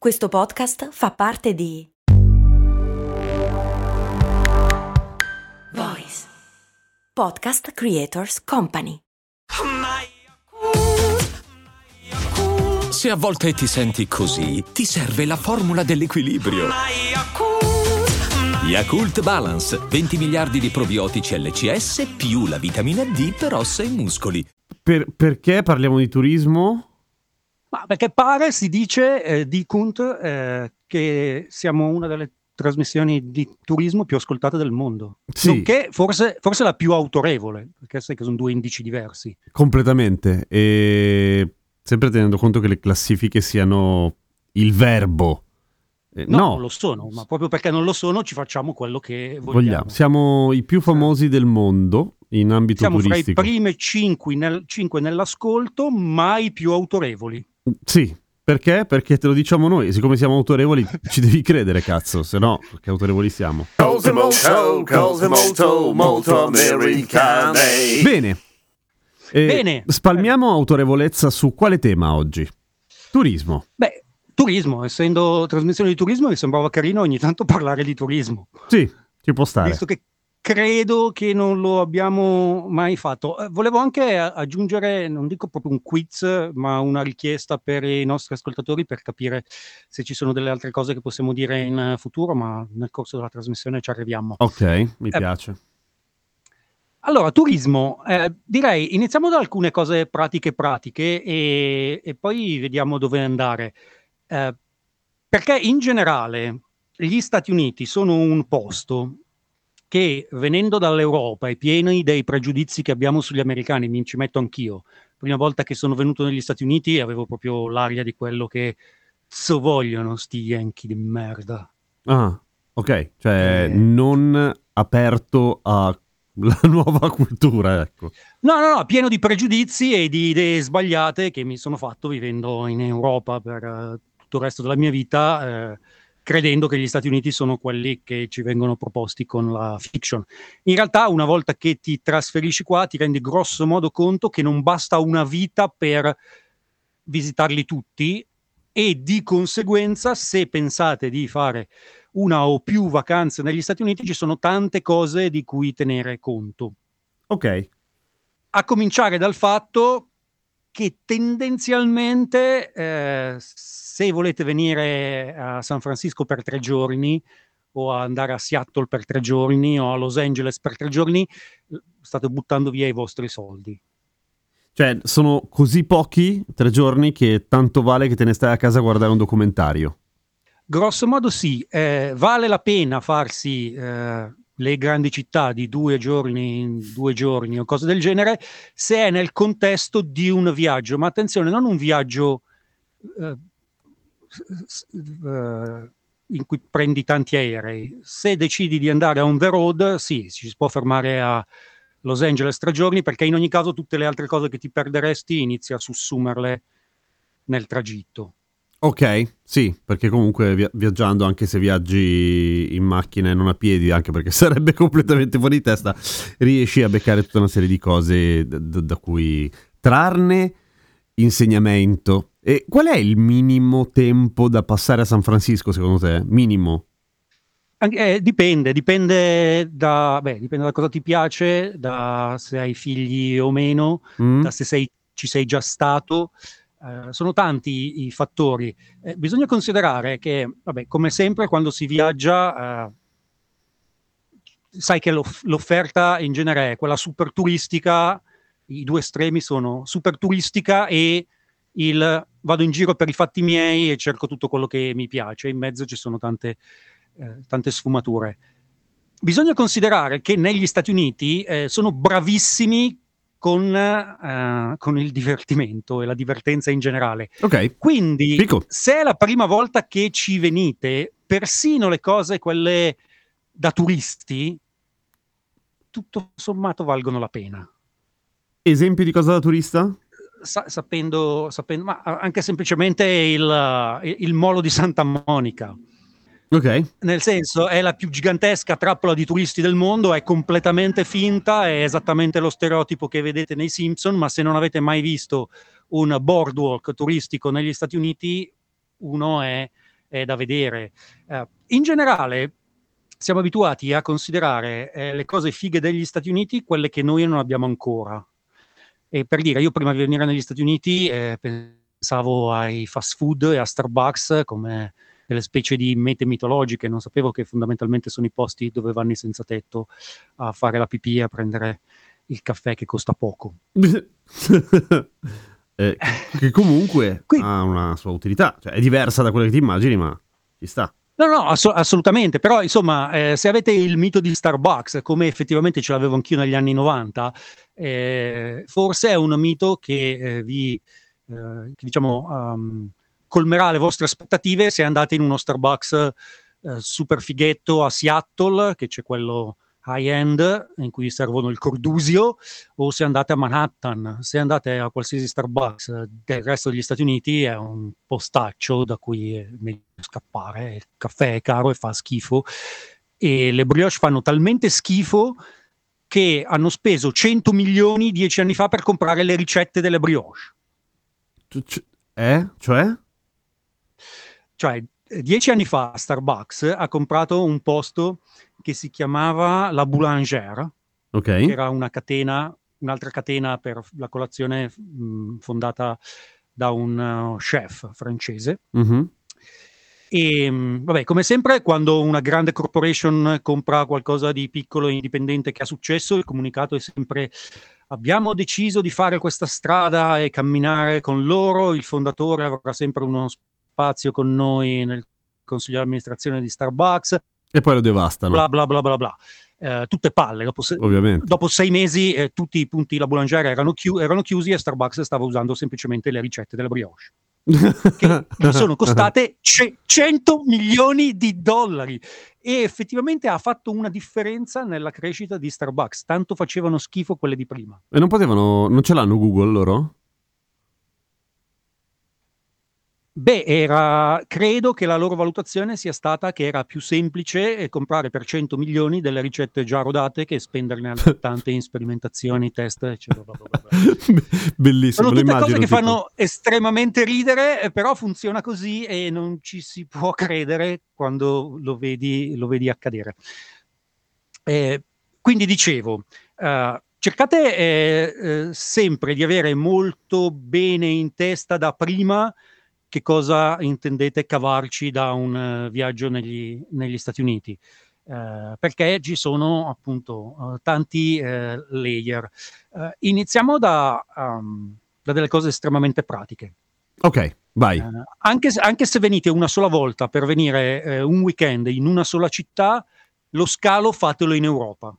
Questo podcast fa parte di Voice Podcast Creators Company. Se a volte ti senti così, ti serve la formula dell'equilibrio. Yakult Balance, 20 miliardi di probiotici LCS più la vitamina D per ossa e muscoli. Perché parliamo di turismo? Ma perché pare, si dice, di Kunt, che siamo una delle trasmissioni di turismo più ascoltate del mondo. Sì. Nonché forse la più autorevole, perché sai che sono due indici diversi. Completamente. E sempre tenendo conto che le classifiche siano il verbo. No, non lo sono, ma proprio perché non lo sono ci facciamo quello che vogliamo. Siamo i più famosi del mondo in ambito Siamo turistico. fra i primi cinque nell'ascolto, ma i più autorevoli. Sì, perché? Perché te lo diciamo noi, e siccome siamo autorevoli ci devi credere, cazzo, se no che autorevoli siamo. Cose molto americane. Bene. Bene. Spalmiamo autorevolezza su quale tema oggi? Turismo. Beh, turismo, essendo trasmissione di turismo, mi sembrava carino ogni tanto parlare di turismo. Sì, ci può stare. Visto che credo che non lo abbiamo mai fatto. Volevo anche aggiungere, non dico proprio un quiz, ma una richiesta per i nostri ascoltatori per capire se ci sono delle altre cose che possiamo dire in futuro, ma nel corso della trasmissione ci arriviamo. Ok, mi piace. Allora, turismo, direi iniziamo da alcune cose pratiche e poi vediamo dove andare. Perché in generale gli Stati Uniti sono un posto che, venendo dall'Europa e pieni dei pregiudizi che abbiamo sugli americani, mi ci metto anch'io. Prima volta che sono venuto negli Stati Uniti avevo proprio l'aria di quello che so vogliono sti Yankee di merda. Ah, ok, cioè non aperto alla nuova cultura, ecco. No, pieno di pregiudizi e di idee sbagliate che mi sono fatto vivendo in Europa per tutto il resto della mia vita, credendo che gli Stati Uniti sono quelli che ci vengono proposti con la fiction. In realtà, una volta che ti trasferisci qua, ti rendi grosso modo conto che non basta una vita per visitarli tutti e di conseguenza, se pensate di fare una o più vacanze negli Stati Uniti, ci sono tante cose di cui tenere conto. Ok. A cominciare dal fatto che tendenzialmente, se volete venire a San Francisco per 3 giorni o andare a Seattle per 3 giorni o a Los Angeles per 3 giorni, state buttando via i vostri soldi. Cioè, sono così pochi 3 giorni che tanto vale che te ne stai a casa a guardare un documentario. Grosso modo sì, vale la pena farsi le grandi città di 2 giorni o cose del genere se è nel contesto di un viaggio, ma attenzione, non un viaggio in cui prendi tanti aerei. Se decidi di andare on the road, sì, ci si può fermare a Los Angeles 3 giorni, perché in ogni caso tutte le altre cose che ti perderesti inizi a sussumerle nel tragitto. Ok, sì, perché comunque viaggiando, anche se viaggi in macchina e non a piedi, anche perché sarebbe completamente fuori di testa, riesci a beccare tutta una serie di cose da cui trarne insegnamento. E qual è il minimo tempo da passare a San Francisco, secondo te? Minimo? Dipende da cosa ti piace, da se hai figli o meno, da se ci sei già stato. Sono tanti i fattori. Bisogna considerare che, come sempre, quando si viaggia, sai che l'offerta in genere è quella super turistica. I due estremi sono super turistica e il vado in giro per i fatti miei e cerco tutto quello che mi piace. In mezzo ci sono tante sfumature. Bisogna considerare che negli Stati Uniti sono bravissimi con il divertimento e la divertenza in generale. Ok. Quindi, Fico. se è la prima volta che ci venite, persino le cose, quelle da turisti, tutto sommato valgono la pena. Esempi di cosa da turista? Sapendo, ma anche semplicemente il molo di Santa Monica. Ok. Nel senso, è la più gigantesca trappola di turisti del mondo, è completamente finta, è esattamente lo stereotipo che vedete nei Simpson, ma se non avete mai visto un boardwalk turistico negli Stati Uniti, uno è è da vedere. In generale siamo abituati a considerare le cose fighe degli Stati Uniti quelle che noi non abbiamo ancora. E per dire, io prima di venire negli Stati Uniti pensavo ai fast food e a Starbucks come delle specie di mete mitologiche, non sapevo che fondamentalmente sono i posti dove vanno i senza tetto a fare la pipì e a prendere il caffè che costa poco. Che comunque ha una sua utilità, cioè è diversa da quella che ti immagini, ma ci sta. No, assolutamente, però insomma, se avete il mito di Starbucks, come effettivamente ce l'avevo anch'io negli anni 90, forse è un mito che colmerà le vostre aspettative se andate in uno Starbucks super fighetto a Seattle, che c'è quello high-end in cui servono il cordusio, o se andate a Manhattan. Se andate a qualsiasi Starbucks del resto degli Stati Uniti è un postaccio da cui è meglio scappare. Il caffè è caro e fa schifo, e le brioche fanno talmente schifo che hanno speso 100 milioni 10 anni fa per comprare le ricette delle brioche. Cioè 10 anni fa Starbucks ha comprato un posto che si chiamava La Boulangère, che era un'altra catena per la colazione fondata da un chef francese. Mm-hmm. E vabbè, come sempre, quando una grande corporation compra qualcosa di piccolo e indipendente che ha successo, il comunicato è sempre: abbiamo deciso di fare questa strada e camminare con loro, il fondatore avrà sempre uno spazio con noi nel consiglio di amministrazione di Starbucks. E poi lo devastano. Bla bla bla bla bla. Tutte palle. Dopo 6 mesi tutti i punti La Boulangère erano chiusi e Starbucks stava usando semplicemente le ricette della brioche, che gli sono costate 100 milioni di dollari, e effettivamente ha fatto una differenza nella crescita di Starbucks, tanto facevano schifo quelle di prima. E non ce l'hanno Google loro? Beh, credo che la loro valutazione sia stata che era più semplice comprare per 100 milioni delle ricette già rodate che spenderne altrettante in sperimentazioni, test, eccetera. Bellissimo. Sono tutte cose che fanno estremamente ridere, però funziona così e non ci si può credere quando lo vedi accadere. Quindi dicevo, cercate sempre di avere molto bene in testa da prima che cosa intendete cavarci da un viaggio negli Stati Uniti, perché ci sono appunto tanti layer. Iniziamo da delle cose estremamente pratiche. Ok, vai. Anche se venite una sola volta per venire un weekend in una sola città, lo scalo fatelo in Europa.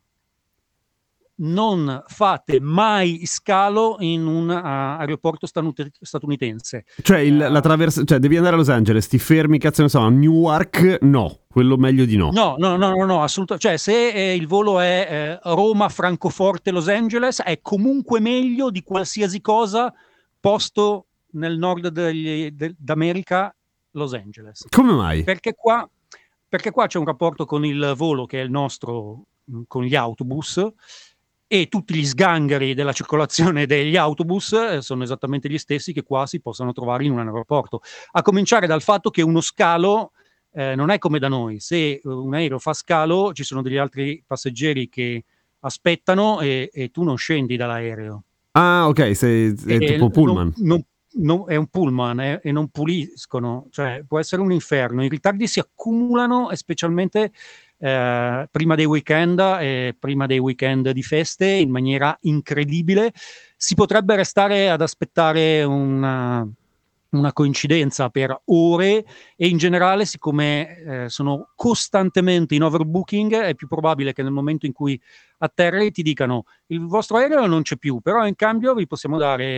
Non fate mai scalo in un aeroporto statunitense. Cioè la traversa, cioè devi andare a Los Angeles, ti fermi, cazzo ne so, a Newark, no, quello meglio di no. No, assolutamente. Cioè, se il volo è Roma, Francoforte, Los Angeles, è comunque meglio di qualsiasi cosa posto nel nord d'America, Los Angeles. Come mai? Perché qua c'è un rapporto con il volo che è il nostro, con gli autobus, e tutti gli sgangheri della circolazione degli autobus sono esattamente gli stessi che qua si possano trovare in un aeroporto. A cominciare dal fatto che uno scalo non è come da noi. Se un aereo fa scalo, ci sono degli altri passeggeri che aspettano e tu non scendi dall'aereo. Ah, ok, è tipo pullman. È un pullman e non puliscono, cioè può essere un inferno. I ritardi si accumulano, e specialmente prima dei weekend e prima dei weekend di feste, in maniera incredibile. Si potrebbe restare ad aspettare una coincidenza per ore, e in generale, siccome sono costantemente in overbooking, è più probabile che nel momento in cui atterri ti dicano: il vostro aereo non c'è più, però in cambio vi possiamo dare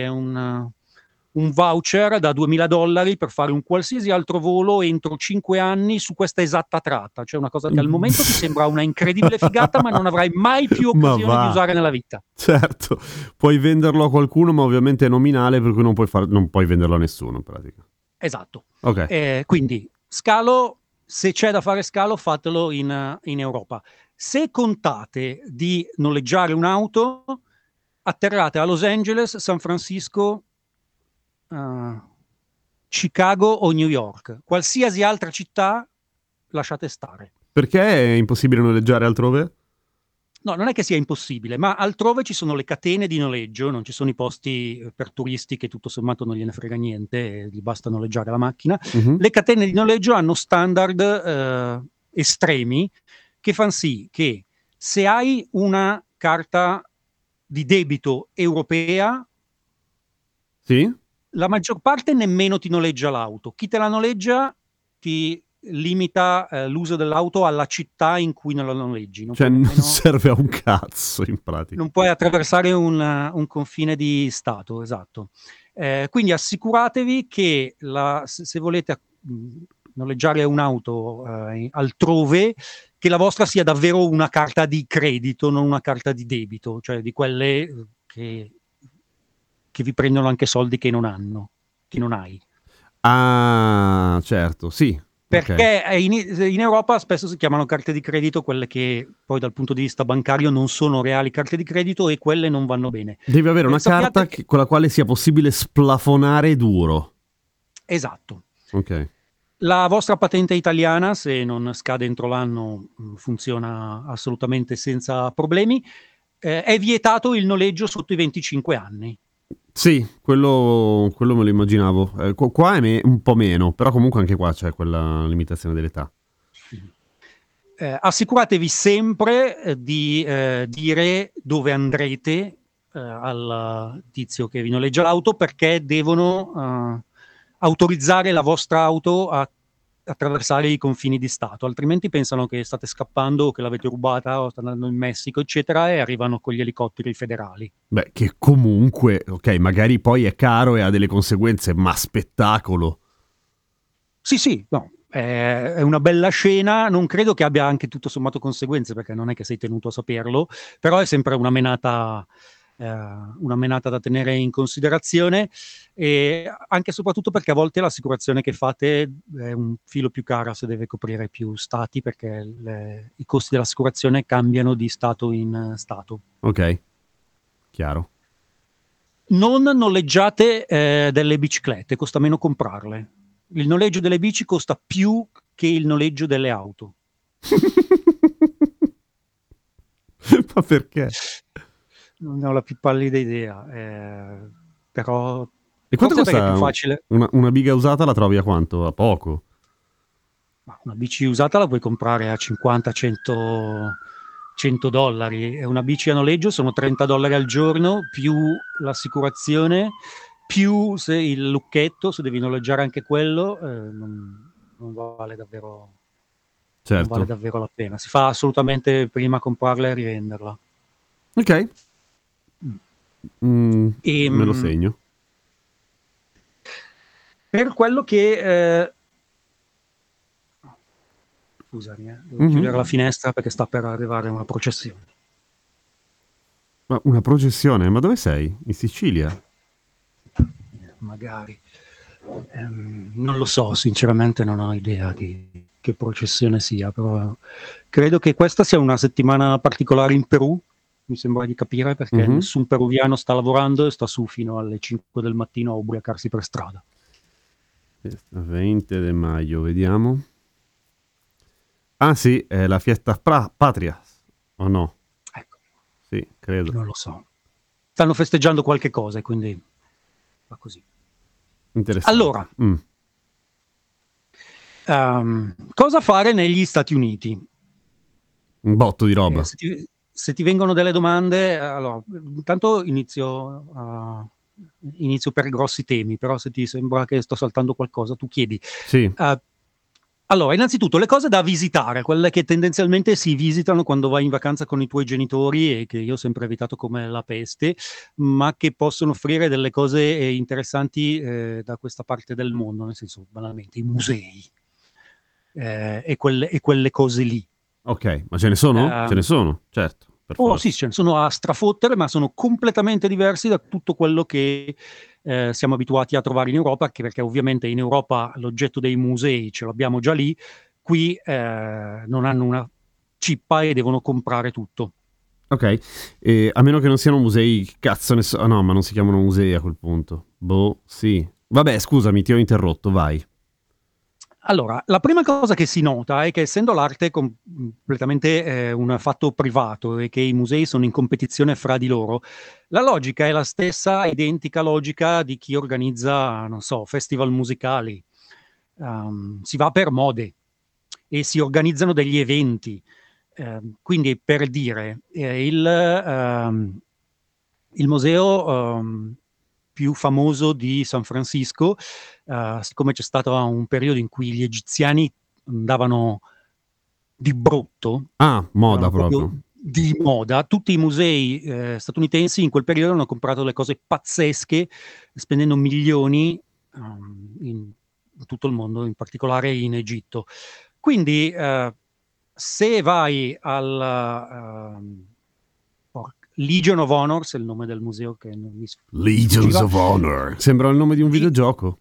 un voucher da $2.000 per fare un qualsiasi altro volo entro 5 anni su questa esatta tratta. Cioè una cosa che al momento ti sembra una incredibile figata, ma non avrai mai più occasione di usare nella vita. Certo, puoi venderlo a qualcuno, ma ovviamente è nominale, per cui non puoi venderlo a nessuno in pratica. Esatto. Okay. Quindi scalo, se c'è da fare scalo, fatelo in Europa. Se contate di noleggiare un'auto, atterrate a Los Angeles, San Francisco, Chicago o New York. Qualsiasi altra città lasciate stare. Perché è impossibile noleggiare altrove? No, non è che sia impossibile, ma altrove ci sono le catene di noleggio, non ci sono i posti per turisti che tutto sommato non gliene frega niente, gli basta noleggiare la macchina. Mhm. Le catene di noleggio hanno standard estremi che fanno sì che se hai una carta di debito europea, Sì? la maggior parte nemmeno ti noleggia l'auto. Chi te la noleggia ti limita l'uso dell'auto alla città in cui non la noleggi. Non Cioè puoi non nemmeno- serve a un cazzo in pratica. non puoi attraversare un confine di Stato, esatto. Quindi assicuratevi che se volete noleggiare un'auto altrove, che la vostra sia davvero una carta di credito, non una carta di debito, cioè di quelle che vi prendono anche soldi che non hai. Ah, certo, sì. Perché in Europa spesso si chiamano carte di credito quelle che poi dal punto di vista bancario non sono reali carte di credito e quelle non vanno bene. Devi avere una Sappiate carta che- con la quale sia possibile splafonare duro. Esatto. Ok. La vostra patente italiana, se non scade entro l'anno, funziona assolutamente senza problemi. È vietato il noleggio sotto i 25 anni. Sì, quello me lo immaginavo. Qua è un po' meno, però comunque anche qua c'è quella limitazione dell'età. Assicuratevi sempre di dire dove andrete al tizio che vi noleggia l'auto, perché devono autorizzare la vostra auto a attraversare i confini di Stato, altrimenti pensano che state scappando o che l'avete rubata o state andando in Messico, eccetera, e arrivano con gli elicotteri federali. Beh, che comunque, ok, magari poi è caro e ha delle conseguenze, ma spettacolo. Sì, no, è una bella scena, non credo che abbia anche tutto sommato conseguenze, perché non è che sei tenuto a saperlo, però è sempre una menata da tenere in considerazione, e anche e soprattutto perché a volte l'assicurazione che fate è un filo più cara se deve coprire più stati, perché i costi dell'assicurazione cambiano di stato in stato. Ok, chiaro. Non noleggiate delle biciclette, costa meno comprarle. Il noleggio delle bici costa più che il noleggio delle auto. Ma perché? Non ne ho la più pallida idea, però E quanto forse perché è costa più facile. una biga usata? La trovi a quanto? A poco? Ma una bici usata la puoi comprare a 50-100 dollari, e una bici a noleggio sono $30 al giorno, più l'assicurazione, più se il lucchetto, se devi noleggiare anche quello, non vale davvero, non vale Certo. davvero la pena. Si fa assolutamente prima comprarla e rivenderla. Ok. E, Me lo segno. per quello che scusami, devo chiudere la finestra perché sta per arrivare una processione. Ma una processione? Ma dove sei? In Sicilia? Magari non lo so, sinceramente non ho idea di che processione sia, però credo che questa sia una settimana particolare in Perù, mi sembra di capire, perché nessun peruviano sta lavorando e sta su fino alle 5 del mattino a ubriacarsi per strada. 20 de maggio, vediamo. Ah sì, è la fiesta patria, o no? Ecco, Sì, credo. non lo so. Stanno festeggiando qualche cosa e quindi va così. Interessante. Allora, cosa fare negli Stati Uniti? Un botto di roba. Se ti vengono delle domande, allora, intanto inizio per i grossi temi, però se ti sembra che sto saltando qualcosa, tu chiedi. Sì. Allora, innanzitutto, le cose da visitare, quelle che tendenzialmente si visitano quando vai in vacanza con i tuoi genitori e che io ho sempre evitato come la peste, ma che possono offrire delle cose interessanti da questa parte del mondo, nel senso, banalmente, i musei e quelle cose lì. Ok, ma ce ne sono? Ce ne sono, certo. Sì, ce ne sono a strafottere, ma sono completamente diversi da tutto quello che siamo abituati a trovare in Europa, anche perché ovviamente in Europa l'oggetto dei musei ce l'abbiamo già lì, qui non hanno una cippa e devono comprare tutto. Ok, a meno che non siano musei, cazzo ne so, no, ma non si chiamano musei a quel punto. Boh, sì. Vabbè, scusami, ti ho interrotto, vai. Allora, la prima cosa che si nota è che essendo l'arte completamente un fatto privato e che i musei sono in competizione fra di loro, la logica è la stessa, identica logica di chi organizza, non so, festival musicali. Si va per mode e si organizzano degli eventi. Quindi, per dire, il museo più famoso di San Francisco, siccome c'è stato un periodo in cui gli egiziani andavano di brutto, Moda andavano proprio. di moda, tutti i musei statunitensi in quel periodo hanno comprato le cose pazzesche, spendendo milioni in tutto il mondo, in particolare in Egitto. Quindi se vai al Legion of Honor, è il nome del museo che non mi Legions of Honor. Sembra il nome di un videogioco.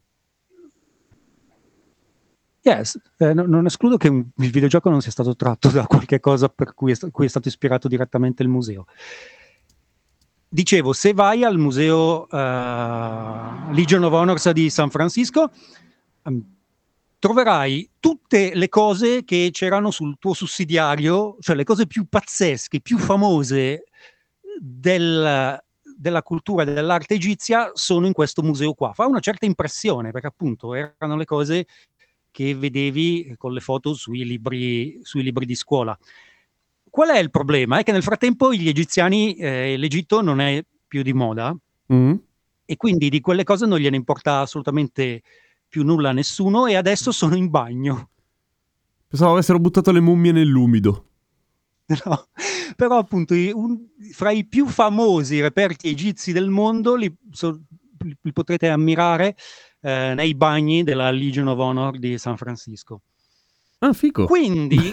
Yes, non escludo che il videogioco non sia stato tratto da qualche cosa per cui è stato ispirato direttamente il museo. Dicevo, se vai al museo Legion of Honor di San Francisco, troverai tutte le cose che c'erano sul tuo sussidiario, cioè le cose più pazzesche, più famose della cultura e dell'arte egizia sono in questo museo qua. Fa una certa impressione perché appunto erano le cose che vedevi con le foto sui libri di scuola. Qual è il problema? È che nel frattempo gli egiziani, l'Egitto non è più di moda e quindi di quelle cose non gliene importa assolutamente più nulla a nessuno e adesso sono in bagno. Pensavo avessero buttato le mummie nell'umido. No, però appunto fra i più famosi reperti egizi del mondo li potrete ammirare nei bagni della Legion of Honor di San Francisco. Ah, fico. Quindi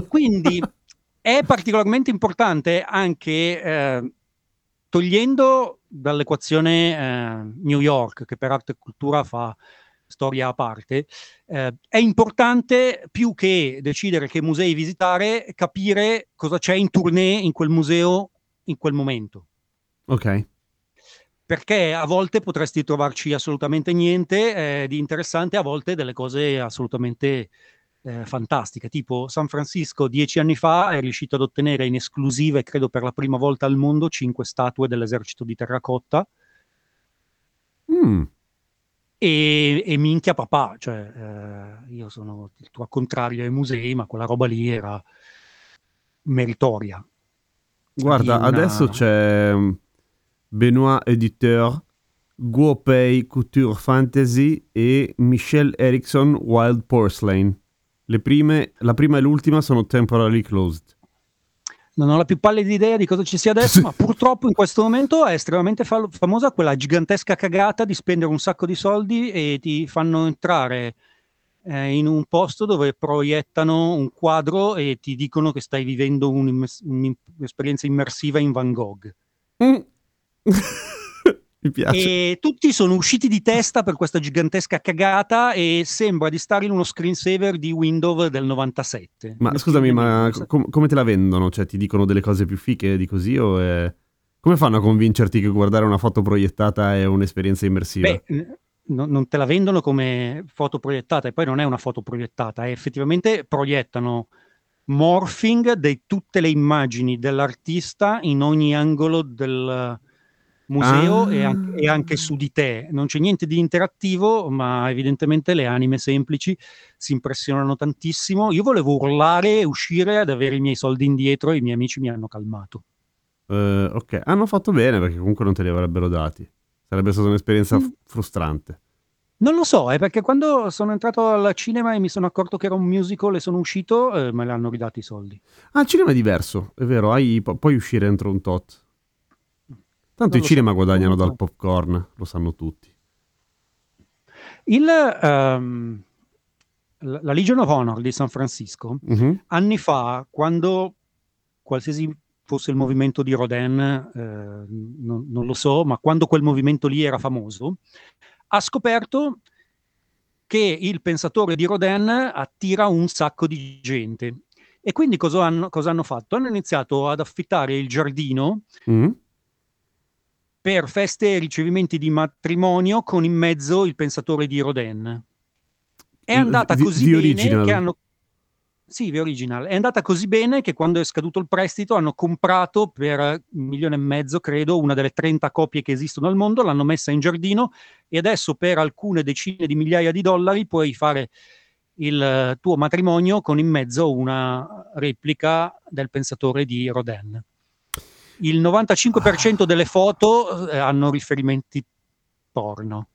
è particolarmente importante anche togliendo dall'equazione New York, che per arte e cultura fa storia a parte, è importante più che decidere che musei visitare, capire cosa c'è in tournée in quel museo in quel momento. Ok. Perché a volte potresti trovarci assolutamente niente di interessante, a volte delle cose assolutamente fantastiche. Tipo San Francisco 10 anni fa è riuscito ad ottenere in esclusiva, e credo per la prima volta al mondo, 5 statue dell'esercito di terracotta. E minchia papà, cioè io sono il tuo contrario ai musei, ma quella roba lì era meritoria. Guarda, adesso c'è Benoît Editeur, Guopei Couture Fantasy e Michelle Erickson Wild Porcelain. La prima e l'ultima sono temporarily closed. Non ho la più pallida idea di cosa ci sia adesso, ma purtroppo in questo momento è estremamente famosa quella gigantesca cagata di spendere un sacco di soldi e ti fanno entrare in un posto dove proiettano un quadro e ti dicono che stai vivendo un'esperienza immersiva in Van Gogh. Mi piace. E tutti sono usciti di testa per questa gigantesca cagata e sembra di stare in uno screensaver di Windows del 97. Ma scusami, ma come te la vendono? Cioè ti dicono delle cose più fiche di così o è... Come fanno a convincerti che guardare una foto proiettata è un'esperienza immersiva? Beh, non te la vendono come foto proiettata e poi non è una foto proiettata, è effettivamente proiettano morphing di tutte le immagini dell'artista in ogni angolo del museo e anche su di te. Non c'è niente di interattivo, ma evidentemente le anime semplici si impressionano tantissimo. Io volevo urlare, uscire ad avere i miei soldi indietro e i miei amici mi hanno calmato. Ok, hanno fatto bene perché comunque non te li avrebbero dati. Sarebbe stata un'esperienza frustrante. Non lo so, è perché quando sono entrato al cinema e mi sono accorto che era un musical e sono uscito, me li hanno ridati i soldi. Ah, il cinema è diverso, è vero, puoi uscire entro un tot. Tanto i cinema guadagnano dal popcorn, lo sanno tutti. La Legion of Honor di San Francisco, anni fa, quando qualsiasi fosse il movimento di Rodin, non lo so, ma quando quel movimento lì era famoso, ha scoperto che il pensatore di Rodin attira un sacco di gente. E quindi cosa hanno fatto? Hanno iniziato ad affittare il giardino per feste e ricevimenti di matrimonio con in mezzo il pensatore di Rodin. È andata così The bene Original. che hanno... Sì, The Original. È andata così bene che quando è scaduto il prestito hanno comprato per $1,5 milioni, credo, una delle 30 copie che esistono al mondo, l'hanno messa in giardino e adesso per alcune decine di migliaia di dollari puoi fare il tuo matrimonio con in mezzo una replica del pensatore di Rodin. Il 95% delle foto hanno riferimenti porno.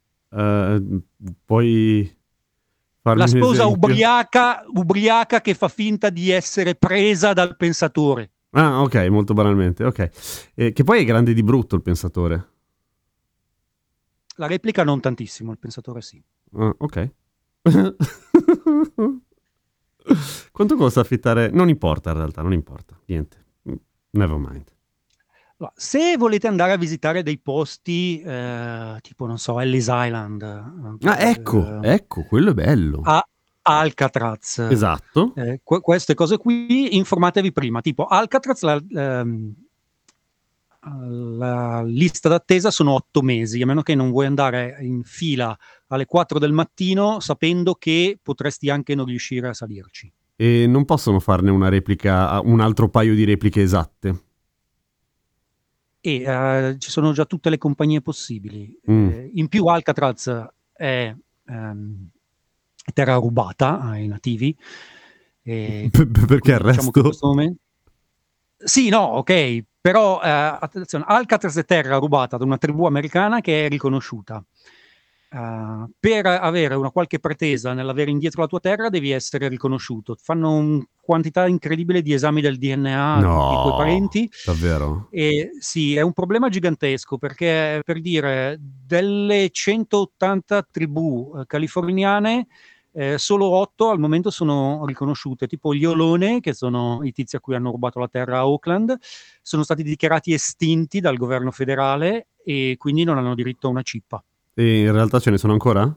Puoi farmi La un sposa esempio? ubriaca che fa finta di essere presa dal pensatore. Ah, ok, molto banalmente, ok. Che poi è grande di brutto il pensatore. La replica non tantissimo, il pensatore sì. Ah, ok. Quanto costa affittare? Non importa in realtà, non importa. Niente. Never mind. Allora, se volete andare a visitare dei posti tipo, non so, Ellis Island, Ah, ecco, quello è bello. a Alcatraz, Esatto. queste cose qui, informatevi prima. Tipo Alcatraz, la lista d'attesa sono 8 mesi, a meno che non vuoi andare in fila alle 4 del mattino sapendo che potresti anche non riuscire a salirci. E non possono farne una replica, un altro paio di repliche esatte. E ci sono già tutte le compagnie possibili. In più Alcatraz è terra rubata ai nativi. Perché il resto? Che in questo momento... Sì, no, ok, però attenzione, Alcatraz è terra rubata da una tribù americana che è riconosciuta. Per avere una qualche pretesa nell'avere indietro la tua terra devi essere riconosciuto. Fanno una quantità incredibile di esami del DNA a tutti i tuoi parenti. Davvero? E sì, è un problema gigantesco perché, per dire, delle 180 tribù californiane solo 8 al momento sono riconosciute, tipo gli Olone, che sono i tizi a cui hanno rubato la terra a Oakland, sono stati dichiarati estinti dal governo federale e quindi non hanno diritto a una cippa. E in realtà ce ne sono ancora?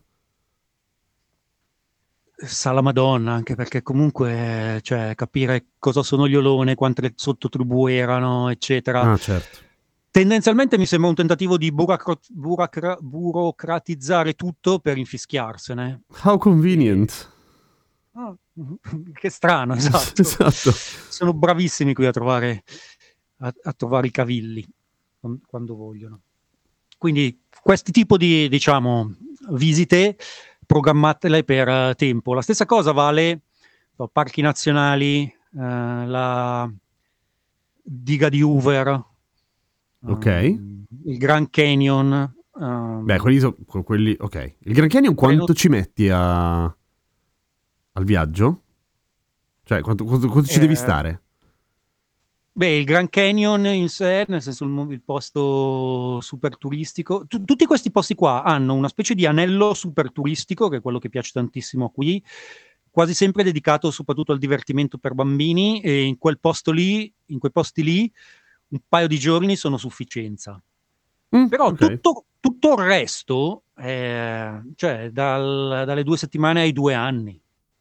Sa la Madonna, anche perché comunque, cioè, capire cosa sono gli Olone, quante sottotribù erano, eccetera. Ah, certo. Tendenzialmente mi sembra un tentativo di burocratizzare tutto per infischiarsene. How convenient. Che strano, esatto. Esatto. Sono bravissimi qui a trovare i cavilli quando vogliono. Quindi questi tipi di, diciamo, visite programmatele per tempo. La stessa cosa vale parchi nazionali, la diga di Hoover, Ok. il Grand Canyon. Beh, quelli sono quelli. Ok. Il Grand Canyon quanto ci metti al viaggio? Cioè, quanto ci devi stare? Beh, il Grand Canyon in sé, nel senso il posto super turistico, tutti questi posti qua hanno una specie di anello super turistico, che è quello che piace tantissimo qui, quasi sempre dedicato soprattutto al divertimento per bambini, e in quei posti lì, un paio di giorni sono sufficienza. Però Okay. tutto il resto, cioè dalle 2 settimane ai 2 anni.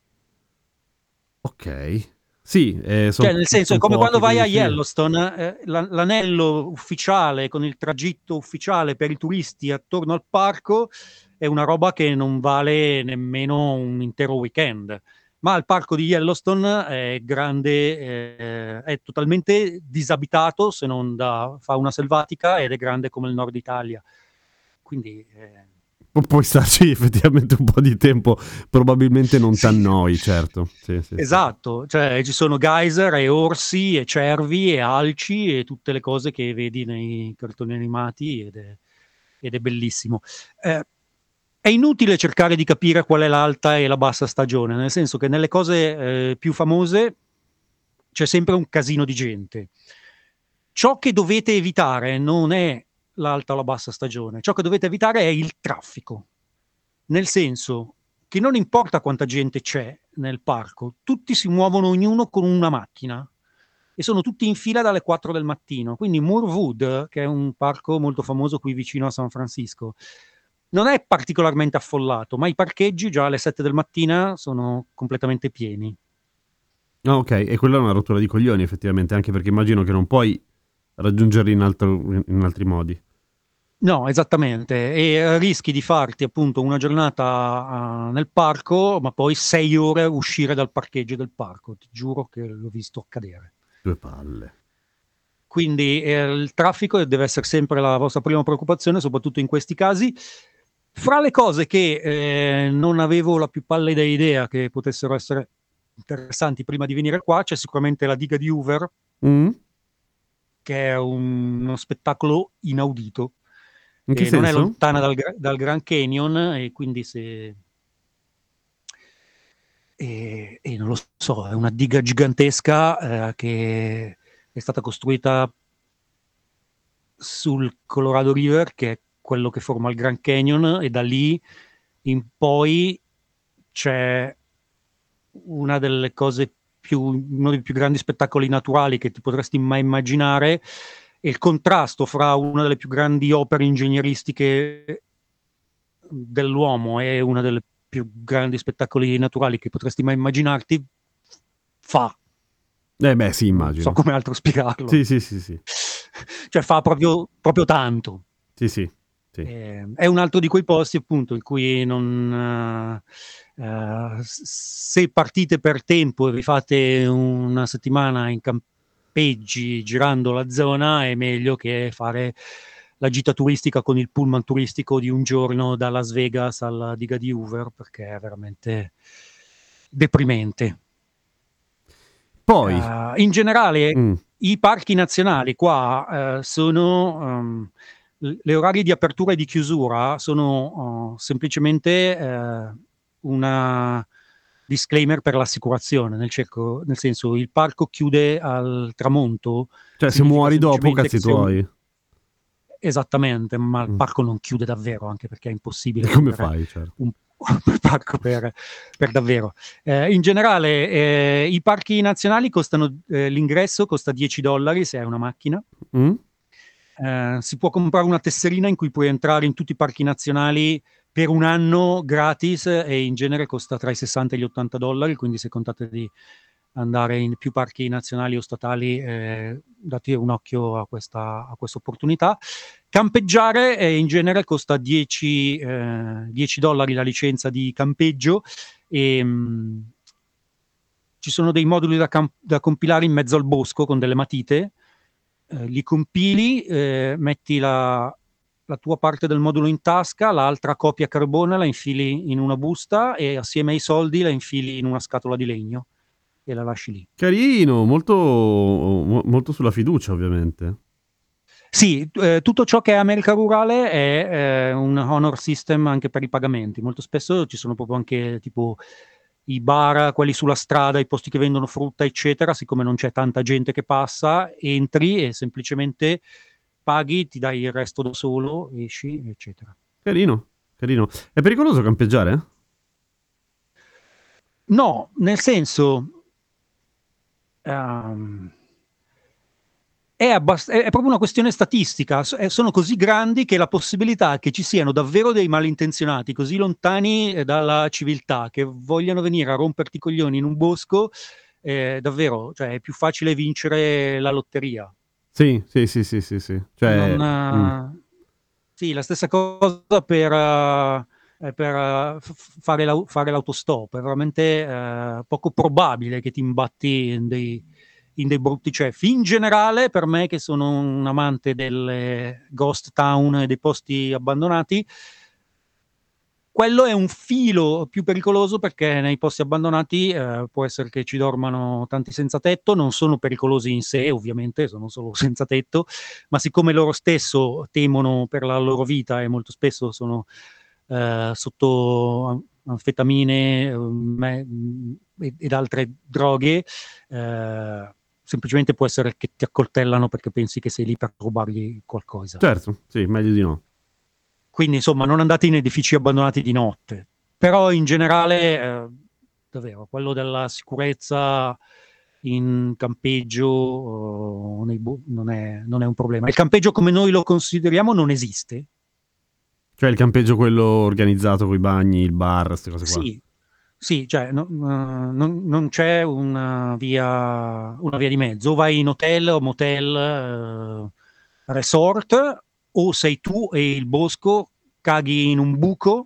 Ok. Sì, Cioè, nel senso, è come quando vai a definire. Yellowstone, l'anello ufficiale con il tragitto ufficiale per i turisti attorno al parco è una roba che non vale nemmeno un intero weekend. Ma il parco di Yellowstone è grande, è totalmente disabitato se non da fauna selvatica ed è grande come il nord Italia. Quindi... Puoi starci effettivamente un po' di tempo, probabilmente non Sì. t'annoi, certo. Sì, Esatto, cioè ci sono geyser e orsi e cervi e alci e tutte le cose che vedi nei cartoni animati ed è bellissimo. È inutile cercare di capire qual è l'alta e la bassa stagione, nel senso che nelle cose più famose c'è sempre un casino di gente. Ciò che dovete evitare non è l'alta o la bassa stagione, ciò che dovete evitare è il traffico, nel senso che non importa quanta gente c'è nel parco, tutti si muovono ognuno con una macchina e sono tutti in fila dalle 4 del mattino. Quindi Moorwood, che è un parco molto famoso qui vicino a San Francisco, non è particolarmente affollato, ma i parcheggi già alle 7 del mattino sono completamente pieni. Ah, ok, e quella è una rottura di coglioni effettivamente, anche perché immagino che non puoi raggiungerli in altri modi. No, esattamente, e rischi di farti appunto una giornata nel parco, ma poi 6 ore uscire dal parcheggio del parco, ti giuro che l'ho visto accadere. Due palle. Quindi il traffico deve essere sempre la vostra prima preoccupazione, soprattutto in questi casi. Fra le cose che non avevo la più pallida idea che potessero essere interessanti prima di venire qua, c'è sicuramente la diga di Hoover, che è uno spettacolo inaudito. In che Non è senso? lontana dal Grand Canyon, e quindi se... E non lo so, è una diga gigantesca che è stata costruita sul Colorado River, che è quello che forma il Grand Canyon, e da lì in poi c'è uno dei più grandi spettacoli naturali che ti potresti mai immaginare, e il contrasto fra una delle più grandi opere ingegneristiche dell'uomo e una delle più grandi spettacoli naturali che potresti mai immaginarti fa. Beh, sì, immagino. Non so come altro spiegarlo. Sì. Cioè fa proprio tanto. Sì. È un altro di quei posti appunto in cui non... se partite per tempo e vi fate una settimana in campeggi girando la zona, è meglio che fare la gita turistica con il pullman turistico di un giorno da Las Vegas alla diga di Hoover, perché è veramente deprimente. Poi in generale i parchi nazionali qua sono le orari di apertura e di chiusura sono semplicemente una disclaimer per l'assicurazione, nel senso il parco chiude al tramonto, cioè se muori dopo cazzi tuoi. Esattamente, ma il parco non chiude davvero, anche perché è impossibile. Come fai, certo? Un parco per davvero. In generale i parchi nazionali costano, l'ingresso costa $10 se hai una macchina. Si può comprare una tesserina in cui puoi entrare in tutti i parchi nazionali per un anno gratis, e in genere costa tra i $60 e gli $80, quindi se contate di andare in più parchi nazionali o statali, date un occhio a questa opportunità. Campeggiare in genere costa $10 la licenza di campeggio, e ci sono dei moduli da compilare in mezzo al bosco con delle matite, li compili, metti la tua parte del modulo in tasca, l'altra copia carbone la infili in una busta e assieme ai soldi la infili in una scatola di legno e la lasci lì. Carino, molto sulla fiducia, ovviamente. Sì, tutto ciò che è America rurale è un honor system anche per i pagamenti. Molto spesso ci sono proprio anche tipo i bar, quelli sulla strada, i posti che vendono frutta, eccetera. Siccome non c'è tanta gente che passa, entri e semplicemente paghi, ti dai il resto da solo, esci, eccetera. Carino. È pericoloso campeggiare? No, nel senso... è proprio una questione statistica. Sono così grandi che la possibilità che ci siano davvero dei malintenzionati così lontani dalla civiltà che vogliano venire a romperti i coglioni in un bosco, davvero, cioè è più facile vincere la lotteria. Sì. Cioè, sì, la stessa cosa per fare l'autostop. È veramente poco probabile che ti imbatti in dei brutti ceffi. In generale, per me, che sono un amante delle ghost town e dei posti abbandonati, quello è un filo più pericoloso, perché nei posti abbandonati può essere che ci dormano tanti senza tetto. Non sono pericolosi in sé, ovviamente, sono solo senza tetto, ma siccome loro stesso temono per la loro vita e molto spesso sono sotto anfetamine ed altre droghe, semplicemente può essere che ti accoltellano perché pensi che sei lì per rubargli qualcosa. Certo, sì, meglio di no. Quindi insomma non andate in edifici abbandonati di notte. Però in generale davvero quello della sicurezza in campeggio non è un problema. Il campeggio come noi lo consideriamo non esiste. Cioè il campeggio quello organizzato con i bagni, il bar, queste cose qua. Sì, cioè non c'è una via di mezzo. O vai in hotel o motel, resort, o sei tu e il bosco caghi in un buco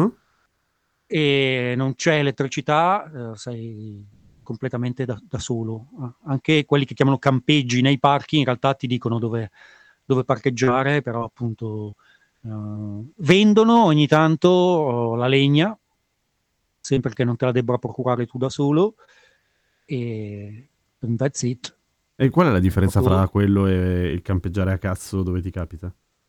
e non c'è elettricità, sei completamente da solo. Anche quelli che chiamano campeggi nei parchi in realtà ti dicono dove parcheggiare, però appunto vendono ogni tanto la legna, sempre che non te la debba procurare tu da solo, e that's it. E qual è la differenza Proprio... fra quello e il campeggiare a cazzo dove ti capita?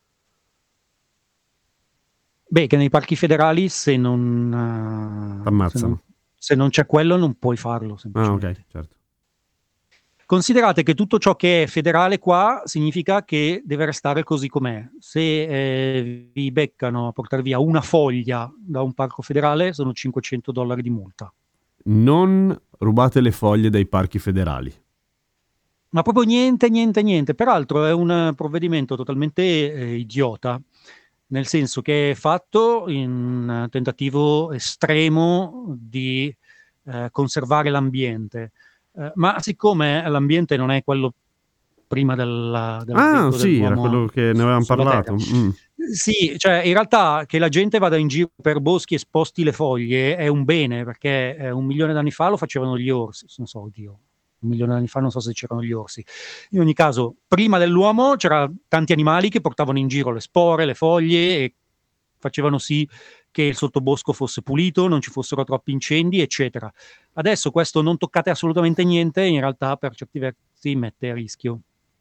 Beh, che nei parchi federali se non T'ammazzano. se non c'è quello non puoi farlo, semplicemente. Ok, certo. Considerate che tutto ciò che è federale qua significa che deve restare così com'è. Se vi beccano a portare via una foglia da un parco federale sono $500 di multa. Non rubate le foglie dai parchi federali. Ma proprio niente. Peraltro è un provvedimento totalmente idiota, nel senso che è fatto in un tentativo estremo di conservare l'ambiente. Ma siccome l'ambiente non è quello prima dell'avvento Sì, dell'uomo era quello che ne avevamo sulla parlato. Terra. Sì, cioè in realtà che la gente vada in giro per boschi e sposti le foglie è un bene, perché 1 milione d'anni fa lo facevano gli orsi, non so, oddio, 1 milione d'anni fa non so se c'erano gli orsi. In ogni caso, prima dell'uomo c'erano tanti animali che portavano in giro le spore, le foglie e facevano sì che il sottobosco fosse pulito, non ci fossero troppi incendi, eccetera. Adesso questo non toccate assolutamente niente, in realtà per certi versi mette a rischio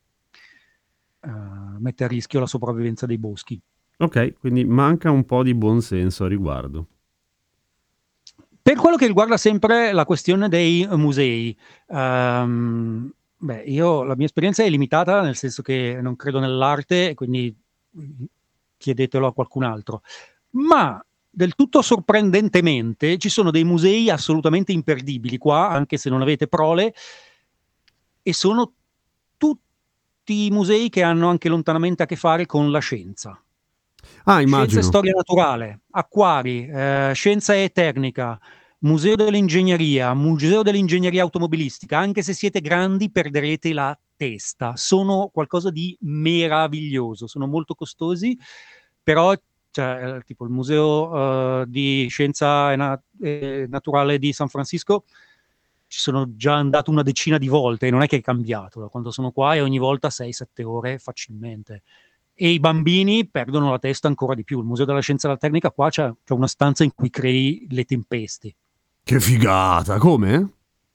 la sopravvivenza dei boschi. Ok, quindi manca un po' di buon senso a riguardo. Per quello che riguarda sempre la questione dei musei, la mia esperienza è limitata, nel senso che non credo nell'arte, quindi chiedetelo a qualcun altro. Ma del tutto sorprendentemente ci sono dei musei assolutamente imperdibili qua, anche se non avete prole, e sono tutti musei che hanno anche lontanamente a che fare con la scienza. Immagino. Scienza e storia naturale, acquari, scienza e tecnica, museo dell'ingegneria automobilistica. Anche se siete grandi perderete la testa. Sono qualcosa di meraviglioso, sono molto costosi, però tipo il museo di scienza e naturale di San Francisco ci sono già andato una decina di volte e non è che è cambiato da quando sono qua, e ogni volta 6-7 ore facilmente. E i bambini perdono la testa ancora di più. Il Museo della Scienza e della Tecnica qua c'è una stanza in cui crei le tempeste. Che figata, come?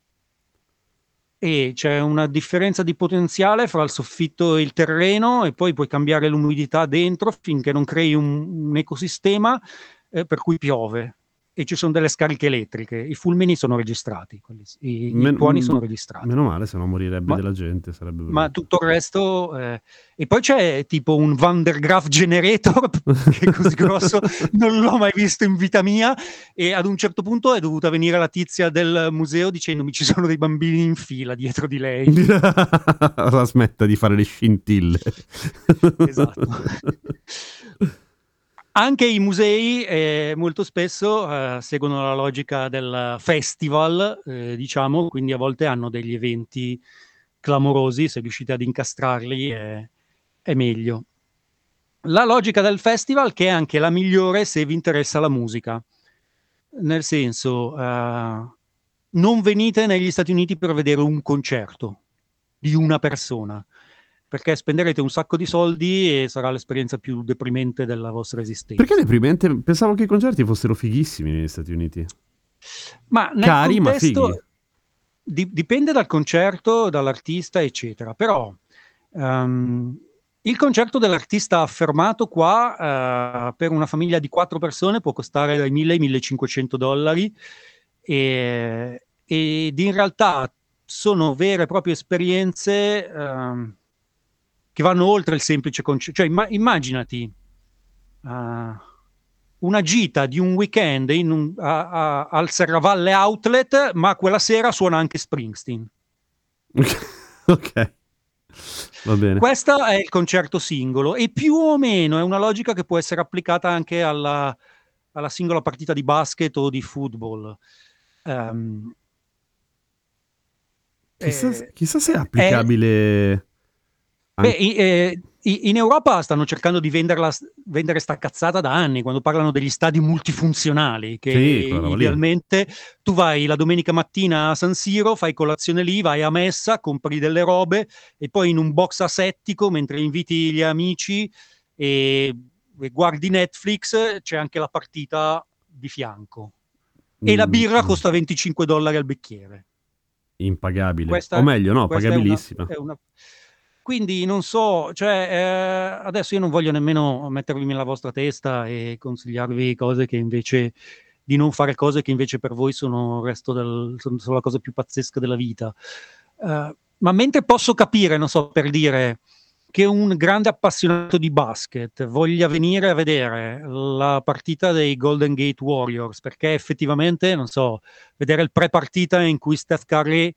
E c'è una differenza di potenziale fra il soffitto e il terreno, e poi puoi cambiare l'umidità dentro finché non crei un ecosistema per cui piove. E ci sono delle scariche elettriche. I fulmini sono registrati, i tuoni sono registrati. Meno male, se no morirebbe della gente. Sarebbe ma tutto il resto... E poi c'è tipo un Van der Graaf generator, che è così grosso, non l'ho mai visto in vita mia, e ad un certo punto è dovuta venire la tizia del museo dicendomi ci sono dei bambini in fila dietro di lei. La smetta di fare le scintille. Esatto. Anche i musei molto spesso seguono la logica del festival, diciamo, quindi a volte hanno degli eventi clamorosi. Se riuscite ad incastrarli è meglio. La logica del festival, che è anche la migliore se vi interessa la musica, nel senso non venite negli Stati Uniti per vedere un concerto di una persona, perché spenderete un sacco di soldi e sarà l'esperienza più deprimente della vostra esistenza. Perché deprimente? Pensavo che i concerti fossero fighissimi negli Stati Uniti. Ma nel cari, contesto, ma fighi. Dipende dal concerto, dall'artista, eccetera. Però il concerto dell'artista affermato qua per una famiglia di 4 persone può costare dai $1.000 ai $1.500 ed in realtà sono vere e proprie esperienze che vanno oltre il semplice concerto. Cioè immaginati una gita di un weekend al Serravalle Outlet, ma quella sera suona anche Springsteen. Ok, va bene. Questo è il concerto singolo, e più o meno è una logica che può essere applicata anche alla singola partita di basket o di football. Chissà se è applicabile In Europa stanno cercando di vendere sta cazzata da anni, quando parlano degli stadi multifunzionali, che Sì, quella roba lì. idealmente tu vai la domenica mattina a San Siro, fai colazione lì, vai a messa, compri delle robe e poi in un box asettico, mentre inviti gli amici e guardi Netflix, c'è anche la partita di fianco. E la birra costa $25 al bicchiere. Impagabile. O meglio, no, questa pagabilissima. Quindi non so, cioè, adesso io non voglio nemmeno mettervi nella vostra testa e consigliarvi cose che invece di non fare cose che invece per voi sono sono la cosa più pazzesca della vita. Ma mentre posso capire, non so, per dire, che un grande appassionato di basket voglia venire a vedere la partita dei Golden Gate Warriors, perché effettivamente, non so, vedere il pre-partita in cui Steph Curry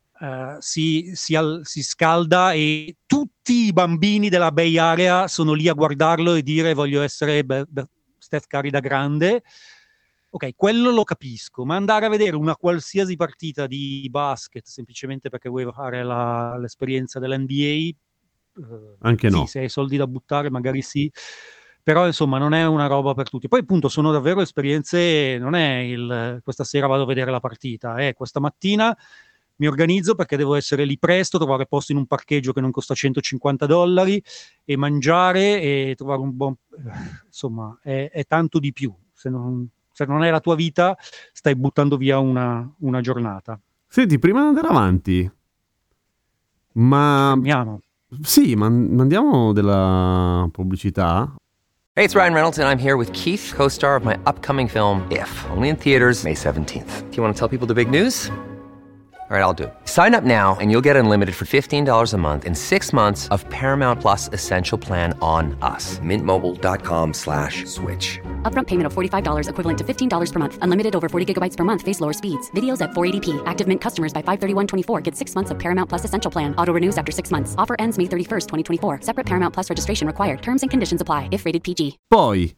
si scalda e tutti i bambini della Bay Area sono lì a guardarlo e dire voglio essere Steph Curry da grande. Ok, quello lo capisco, ma andare a vedere una qualsiasi partita di basket semplicemente perché vuoi fare l'esperienza dell'NBA, anche no. sì, se hai soldi da buttare magari sì, però insomma non è una roba per tutti. Poi appunto sono davvero esperienze, non è questa sera vado a vedere la partita, questa mattina mi organizzo perché devo essere lì presto, trovare posto in un parcheggio che non costa $150 e mangiare e trovare un buon... insomma, è tanto di più. Se non è la tua vita, stai buttando via una giornata. Senti, prima di andare avanti, ma... Fermiamo. Sì, ma mandiamo della pubblicità. Hey, it's Ryan Reynolds, and I'm here with Keith, co-star of my upcoming film, If, only in theaters May 17th. Do you want to tell people the big news? All right, I'll do it. Sign up now and you'll get unlimited for $15 a month and 6 months of Paramount Plus Essential Plan on us. MintMobile.com/switch. Upfront payment of $45 equivalent to $15 per month. Unlimited over 40 gigabytes per month. Face lower speeds. Videos at 480p. Active Mint customers by 531.24 get 6 months of Paramount Plus Essential Plan. Auto renews after 6 months. Offer ends May 31st, 2024. Separate Paramount Plus registration required. Terms and conditions apply if rated PG. Poi...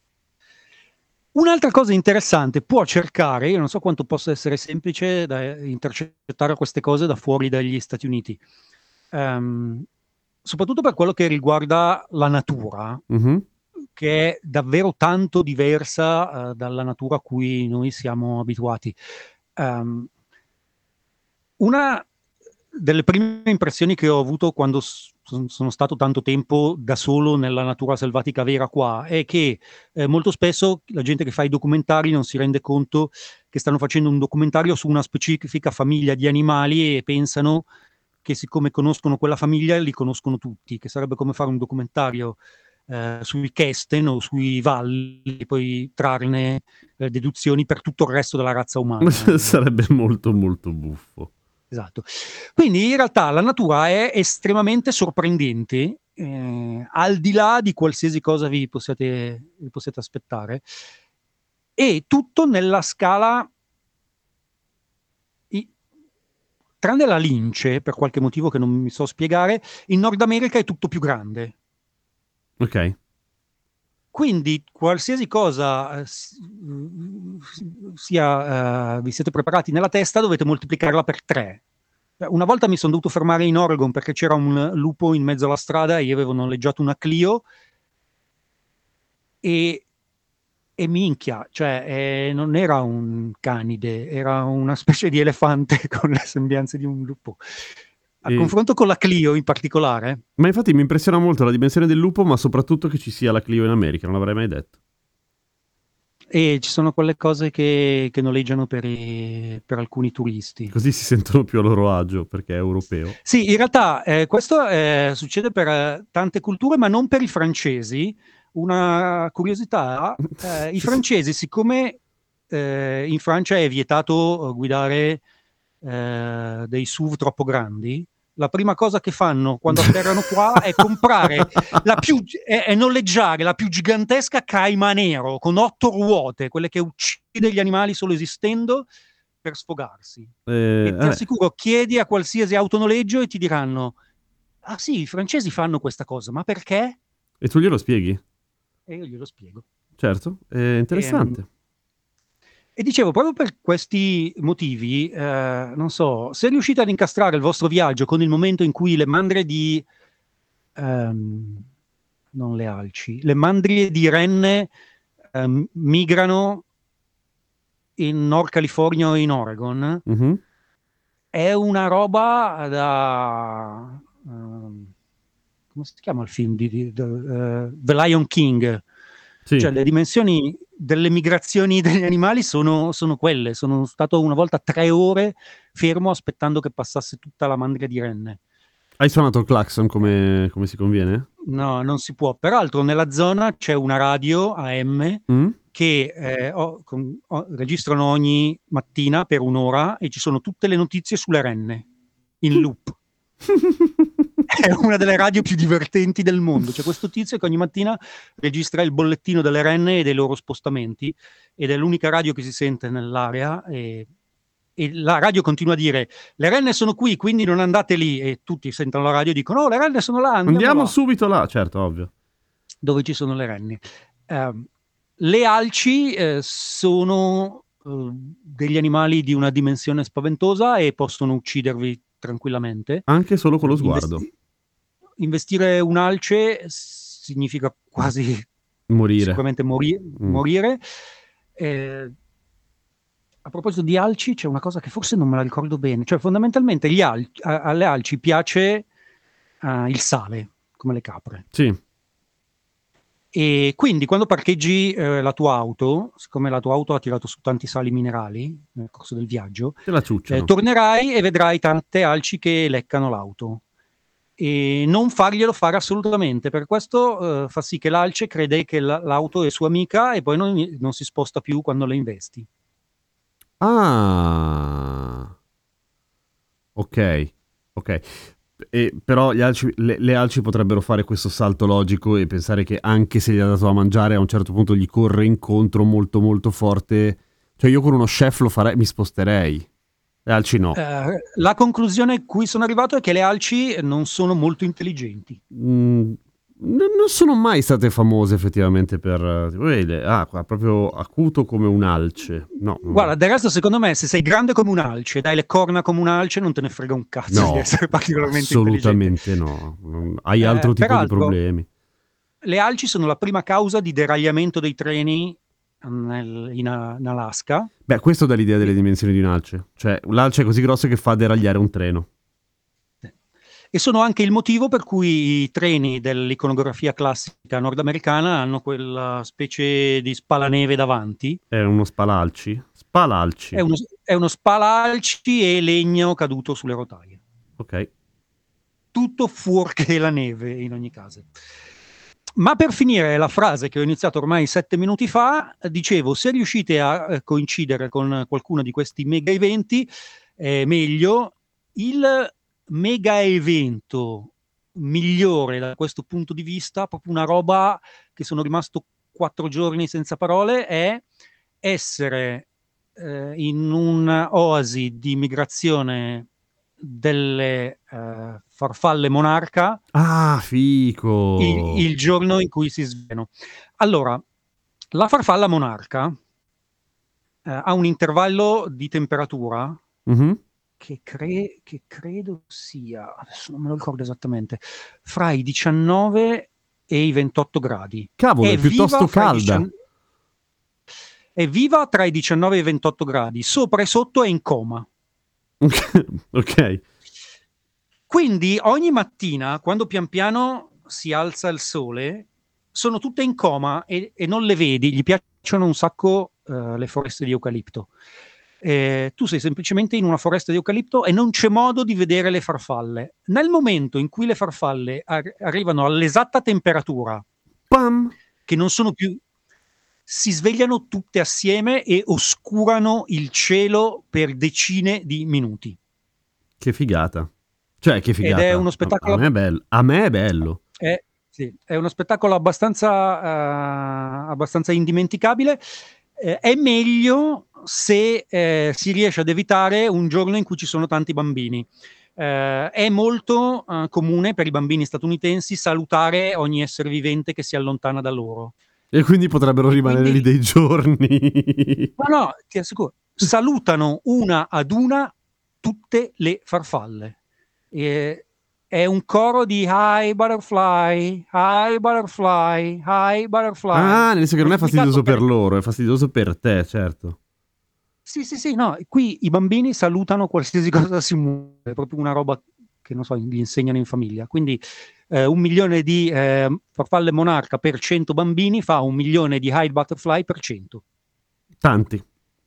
Un'altra cosa interessante, può cercare, io non so quanto possa essere semplice da intercettare queste cose da fuori dagli Stati Uniti, soprattutto per quello che riguarda la natura, che è davvero tanto diversa dalla natura a cui noi siamo abituati. Una delle prime impressioni che ho avuto quando sono stato tanto tempo da solo nella natura selvatica vera qua è che molto spesso la gente che fa i documentari non si rende conto che stanno facendo un documentario su una specifica famiglia di animali e pensano che siccome conoscono quella famiglia li conoscono tutti, che sarebbe come fare un documentario sui Kesten o sui valli e poi trarne deduzioni per tutto il resto della razza umana. Sarebbe molto molto buffo. Esatto. Quindi in realtà la natura è estremamente sorprendente, al di là di qualsiasi cosa vi possiate aspettare, e tutto nella scala, tranne la lince, per qualche motivo che non mi so spiegare, in Nord America è tutto più grande. Ok. Quindi qualsiasi cosa vi siete preparati nella testa, dovete moltiplicarla per 3. Una volta mi sono dovuto fermare in Oregon perché c'era un lupo in mezzo alla strada e io avevo noleggiato una Clio e minchia, cioè non era un canide, era una specie di elefante con le sembianze di un lupo. A confronto con la Clio in particolare. Ma infatti mi impressiona molto la dimensione del lupo, ma soprattutto che ci sia la Clio in America, non l'avrei mai detto. E ci sono quelle cose che noleggiano per alcuni turisti. Così si sentono più a loro agio, perché è europeo. Sì, in realtà questo succede per tante culture, ma non per i francesi. Una curiosità, i francesi, siccome in Francia è vietato guidare dei SUV troppo grandi, la prima cosa che fanno quando atterrano qua è comprare è noleggiare la più gigantesca Cayman Nero con 8 ruote, quelle che uccide gli animali solo esistendo, per sfogarsi. E ti assicuro, chiedi a qualsiasi autonoleggio e ti diranno: ah sì, i francesi fanno questa cosa, ma perché? E tu glielo spieghi? E io glielo spiego. Certo, è interessante. E dicevo, proprio per questi motivi, non so, se riuscite ad incastrare il vostro viaggio con il momento in cui le mandrie di non le alci, le mandrie di renne migrano in Nord California o in Oregon. Mhm. È una roba da come si chiama il film The Lion King? Sì. Cioè le dimensioni delle migrazioni degli animali sono quelle. Sono stato una volta 3 ore fermo aspettando che passasse tutta la mandria di renne. Hai suonato il clacson come si conviene? No, non si può. Peraltro nella zona c'è una radio AM Mm? che registrano ogni mattina per un'ora e ci sono tutte le notizie sulle renne in loop. È una delle radio più divertenti del mondo. C'è questo tizio che ogni mattina registra il bollettino delle renne e dei loro spostamenti, ed è l'unica radio che si sente nell'area, e la radio continua a dire: le renne sono qui, quindi non andate lì, e tutti sentono la radio e dicono: oh, le renne sono là, Andiamo là. subito là, certo, ovvio. Dove ci sono le renne. Le alci sono degli animali di una dimensione spaventosa e possono uccidervi tranquillamente. Anche solo con lo sguardo. Investire un'alce significa quasi Morire. sicuramente morire. A proposito di alci, c'è una cosa che forse non me la ricordo bene. Cioè, fondamentalmente alle alci piace il sale, come le capre. Sì. E quindi quando parcheggi la tua auto, siccome la tua auto ha tirato su tanti sali minerali nel corso del viaggio, Te la ciucciano. tornerai e vedrai tante alci che leccano l'auto. E non farglielo fare assolutamente, per questo fa sì che l'alce crede che l'auto è sua amica e poi non si sposta più quando la investi. Ah, ok. Però le alci potrebbero fare questo salto logico e pensare che anche se gli ha dato da mangiare, a un certo punto gli corre incontro molto molto forte. Cioè io con uno chef lo farei, mi sposterei. Le alci no. La conclusione a cui sono arrivato è che le alci non sono molto intelligenti. Non sono mai state famose effettivamente per proprio acuto come un alce. No. Guarda, del resto secondo me se sei grande come un alce, dai le corna come un alce, non te ne frega un cazzo di essere particolarmente assolutamente intelligente. No. Hai altro tipo di problemi. Le alci sono la prima causa di deragliamento dei treni in Alaska. Beh, questo dà l'idea delle dimensioni di un alce. Cioè, l'alce è così grosso che fa deragliare un treno. E sono anche il motivo per cui i treni dell'iconografia classica nordamericana hanno quella specie di spalaneve davanti. È uno spalalci? Spalalci. È uno spalalci e legno caduto sulle rotaie. Ok. Tutto fuorché la neve, in ogni caso. Ma per finire la frase che ho iniziato ormai 7 minuti fa, dicevo, se riuscite a coincidere con qualcuno di questi mega eventi, meglio. Il mega evento migliore da questo punto di vista, proprio una roba che sono rimasto 4 giorni senza parole, è essere in un oasi di migrazione delle farfalle monarca. Ah, fico! Il giorno in cui si svegliano. Allora, la farfalla monarca ha un intervallo di temperatura che credo sia, adesso non me lo ricordo esattamente, fra i 19 e i 28 gradi. Cavolo, è piuttosto calda. È viva tra i 19 e i 28 gradi, sopra e sotto è in coma. Ok. Quindi ogni mattina, quando pian piano si alza il sole, sono tutte in coma e non le vedi. Gli piacciono un sacco le foreste di eucalipto. Tu sei semplicemente in una foresta di eucalipto e non c'è modo di vedere le farfalle. Nel momento in cui le farfalle arrivano all'esatta temperatura, Pam! Che non sono più, si svegliano tutte assieme e oscurano il cielo per decine di minuti. Che figata. Cioè, che figata. Ed è uno spettacolo. A me è bello. Sì, è uno spettacolo abbastanza indimenticabile. È meglio se si riesce ad evitare un giorno in cui ci sono tanti bambini. È molto comune per i bambini statunitensi salutare ogni essere vivente che si allontana da loro. E quindi potrebbero rimanere lì dei giorni. No, ti assicuro. Salutano una ad una tutte le farfalle. È è un coro di Hi Butterfly, Hi Butterfly, Hi Butterfly. Ah, nel senso che non è fastidioso per Moltiplicato loro, è fastidioso per te, certo. Sì, no, qui i bambini salutano qualsiasi cosa si muove, è proprio una roba che, non so, gli insegnano in famiglia. Quindi 1 milione di farfalle monarca per 100 bambini fa 1 milione di Hyde Butterfly per 100. Tanti.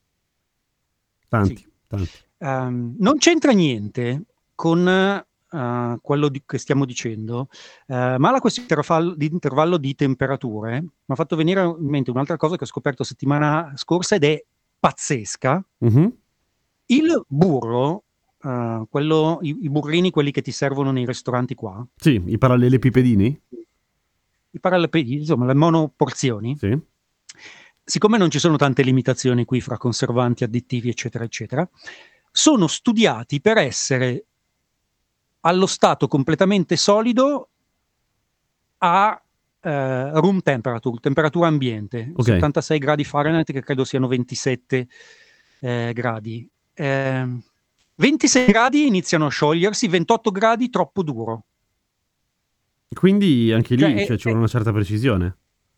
Sì. Non c'entra niente con quello che stiamo dicendo, ma la questione di intervallo di temperature mi ha fatto venire in mente un'altra cosa che ho scoperto settimana scorsa ed è pazzesca. Mhm. Il burro, i burrini, quelli che ti servono nei ristoranti qua, Sì, i parallelepipedini? i parallelepipedi, insomma, le monoporzioni, Sì. siccome non ci sono tante limitazioni qui fra conservanti, additivi, eccetera, eccetera, sono studiati per essere allo stato completamente solido a room temperature, temperatura ambiente, Ok. 76 gradi Fahrenheit, che credo siano 27 gradi. 26 gradi iniziano a sciogliersi, 28 gradi troppo duro. Quindi anche lì Cioè, ci vuole una certa precisione.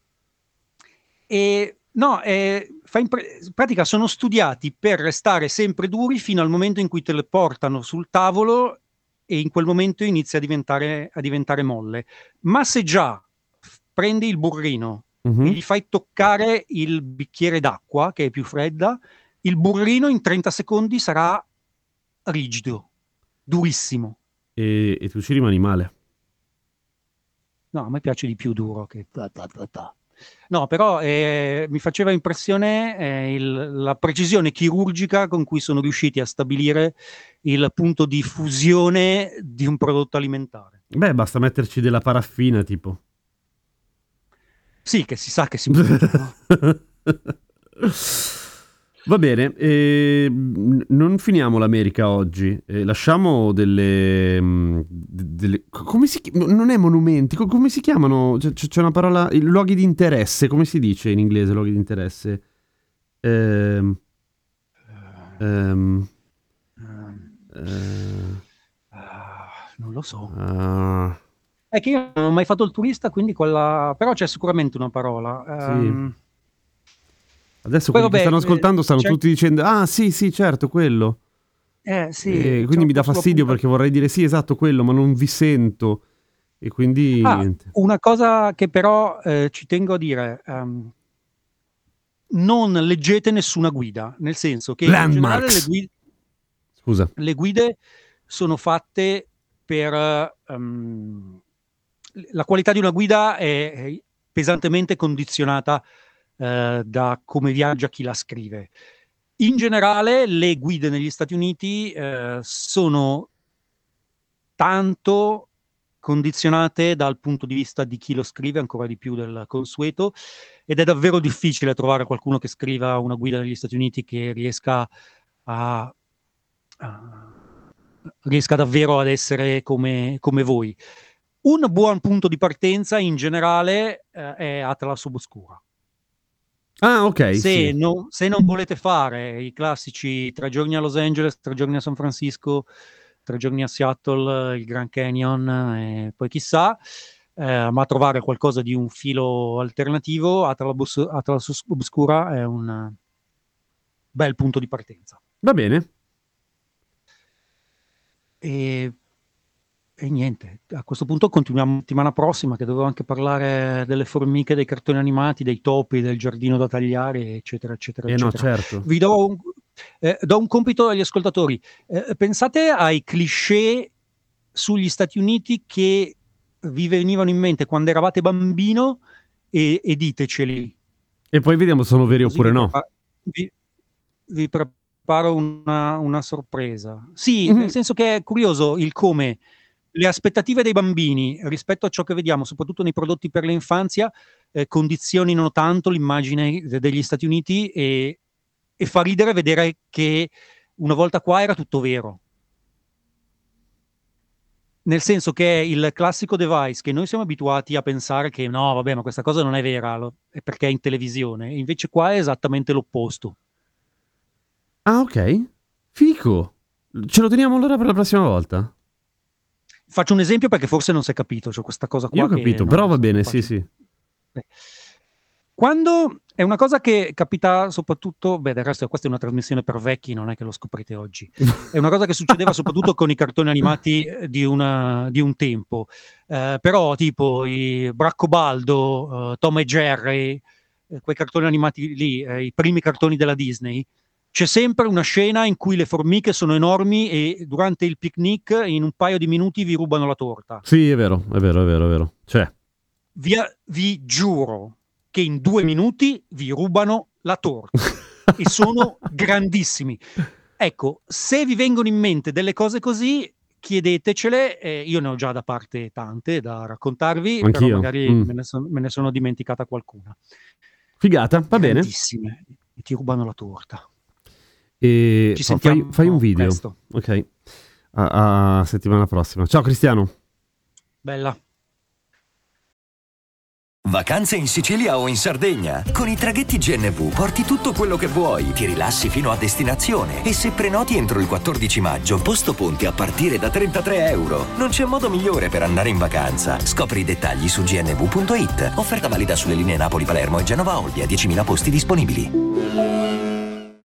No, in pratica sono studiati per restare sempre duri fino al momento in cui te le portano sul tavolo e in quel momento inizia a diventare molle. Ma se già prendi il burrino Mhm. e gli fai toccare il bicchiere d'acqua, che è più fredda, il burrino in 30 secondi sarà rigido, durissimo. E tu ci rimani male. No, a me piace di più duro che No, però mi faceva impressione la precisione chirurgica con cui sono riusciti a stabilire il punto di fusione di un prodotto alimentare. Beh, basta metterci della paraffina, tipo. Sì, che si sa che si mangia, no? Va bene, non finiamo l'America oggi, lasciamo delle come non è monumenti, come si chiamano? C'è una parola, i luoghi di interesse, come si dice in inglese luoghi di interesse? Non lo so. È che io non ho mai fatto il turista, quindi però c'è sicuramente una parola. Sì. Adesso Poi quelli che vabbè, stanno ascoltando stanno tutti dicendo ah sì, certo, quello. sì, Quindi mi dà fastidio perché vorrei dire sì, esatto, quello, ma non vi sento. E quindi niente. Una cosa che però ci tengo a dire, non leggete nessuna guida, nel senso che in generale Landmarks. Scusa. le guide sono fatte per la qualità di una guida è pesantemente condizionata da come viaggia chi la scrive. In generale le guide negli Stati Uniti sono tanto condizionate dal punto di vista di chi lo scrive, ancora di più del consueto, ed è davvero difficile trovare qualcuno che scriva una guida negli Stati Uniti che riesca davvero ad essere come voi. Un buon punto di partenza in generale è Atlas Obscura. Ah, ok, se sì. non volete fare i classici 3 giorni a Los Angeles, 3 giorni a San Francisco, 3 giorni a Seattle, il Grand Canyon e poi chissà, ma trovare qualcosa di un filo alternativo, Atlas Obscura è un bel punto di partenza. Va bene. E niente, a questo punto continuiamo la settimana prossima, che dovevo anche parlare delle formiche, dei cartoni animati, dei topi, del giardino da tagliare, eccetera, eccetera, eccetera. No, certo. Vi do un compito agli ascoltatori. Pensate ai cliché sugli Stati Uniti che vi venivano in mente quando eravate bambino e diteceli. E poi vediamo se sono veri Così oppure no. Vi preparo una sorpresa. Sì, nel senso che è curioso il come le aspettative dei bambini rispetto a ciò che vediamo, soprattutto nei prodotti per l'infanzia, condizionino tanto l'immagine degli Stati Uniti e fa ridere vedere che una volta qua era tutto vero. Nel senso che è il classico device che noi siamo abituati a pensare che no, vabbè, ma questa cosa non è vera, è perché è in televisione. Invece qua è esattamente l'opposto. Ah, ok. Fico. Ce lo teniamo allora per la prossima volta? Faccio un esempio perché forse non si è capito, c'è questa cosa qua. Io ho capito, però va bene, sì. Quando è una cosa che capita soprattutto, del resto questa è una trasmissione per vecchi, non è che lo scoprite oggi, è una cosa che succedeva soprattutto con i cartoni animati di un tempo, però tipo i Braccobaldo, Tom e Jerry, quei cartoni animati lì, i primi cartoni della Disney, c'è sempre una scena in cui le formiche sono enormi e durante il picnic in un paio di minuti vi rubano la torta. Sì, è vero. Cioè. Vi giuro che in 2 minuti vi rubano la torta e sono grandissimi. Ecco, se vi vengono in mente delle cose così, chiedetecele, io ne ho già da parte tante da raccontarvi. Anch'io. Però magari me ne sono dimenticata qualcuna. Figata, va bene. Grandissime, e ti rubano la torta. E ci sentiamo fai un video, presto. Ok, a settimana prossima. Ciao Cristiano. Bella. Vacanze in Sicilia o in Sardegna? Con i traghetti GNV porti tutto quello che vuoi, ti rilassi fino a destinazione e se prenoti entro il 14 maggio, posto ponti a partire da €33. Non c'è modo migliore per andare in vacanza. Scopri i dettagli su gnv.it. Offerta valida sulle linee Napoli-Palermo e Genova-Olbia, 10.000 posti disponibili.